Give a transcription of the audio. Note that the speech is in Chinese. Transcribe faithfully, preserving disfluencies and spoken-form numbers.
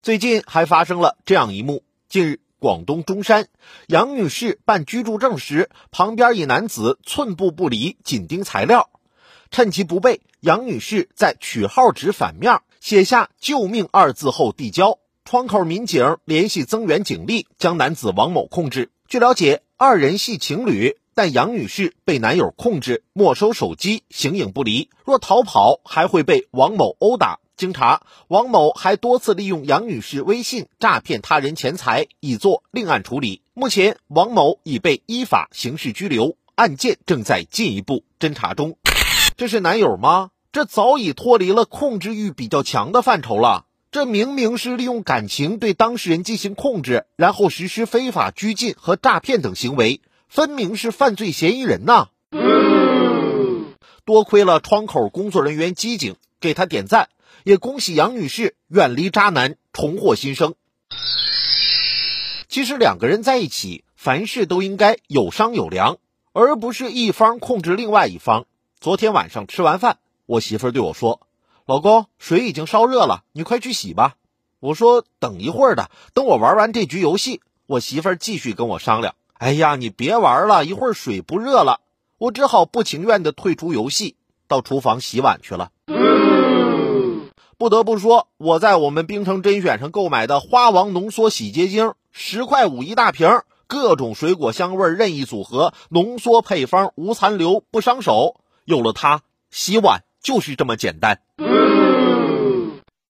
最近还发生了这样一幕，近日广东中山，杨女士办居住证时，旁边一男子寸步不离，紧盯材料。趁其不备，杨女士在取号纸反面写下救命二字后递交。窗口民警联系增援警力，将男子王某控制。据了解，二人系情侣，但杨女士被男友控制，没收手机，形影不离。若逃跑，还会被王某殴打。经查，王某还多次利用杨女士微信诈骗他人钱财，已作另案处理。目前，王某已被依法刑事拘留，案件正在进一步侦查中。这是男友吗？这早已脱离了控制欲比较强的范畴了。这明明是利用感情对当事人进行控制，然后实施非法拘禁和诈骗等行为，分明是犯罪嫌疑人呐！多亏了窗口工作人员机警，给他点赞，也恭喜杨女士远离渣男，重获新生。其实两个人在一起，凡事都应该有商有量，而不是一方控制另外一方。昨天晚上吃完饭，我媳妇儿对我说，老公，水已经烧热了，你快去洗吧。我说等一会儿的，等我玩完这局游戏。我媳妇儿继续跟我商量，哎呀，你别玩了，一会儿水不热了。我只好不情愿地退出游戏，到厨房洗碗去了。不得不说，我在我们冰城甄选上购买的花王浓缩洗洁精，十块五一大瓶，各种水果香味任意组合，浓缩配方无残留不伤手，有了它，洗碗就是这么简单。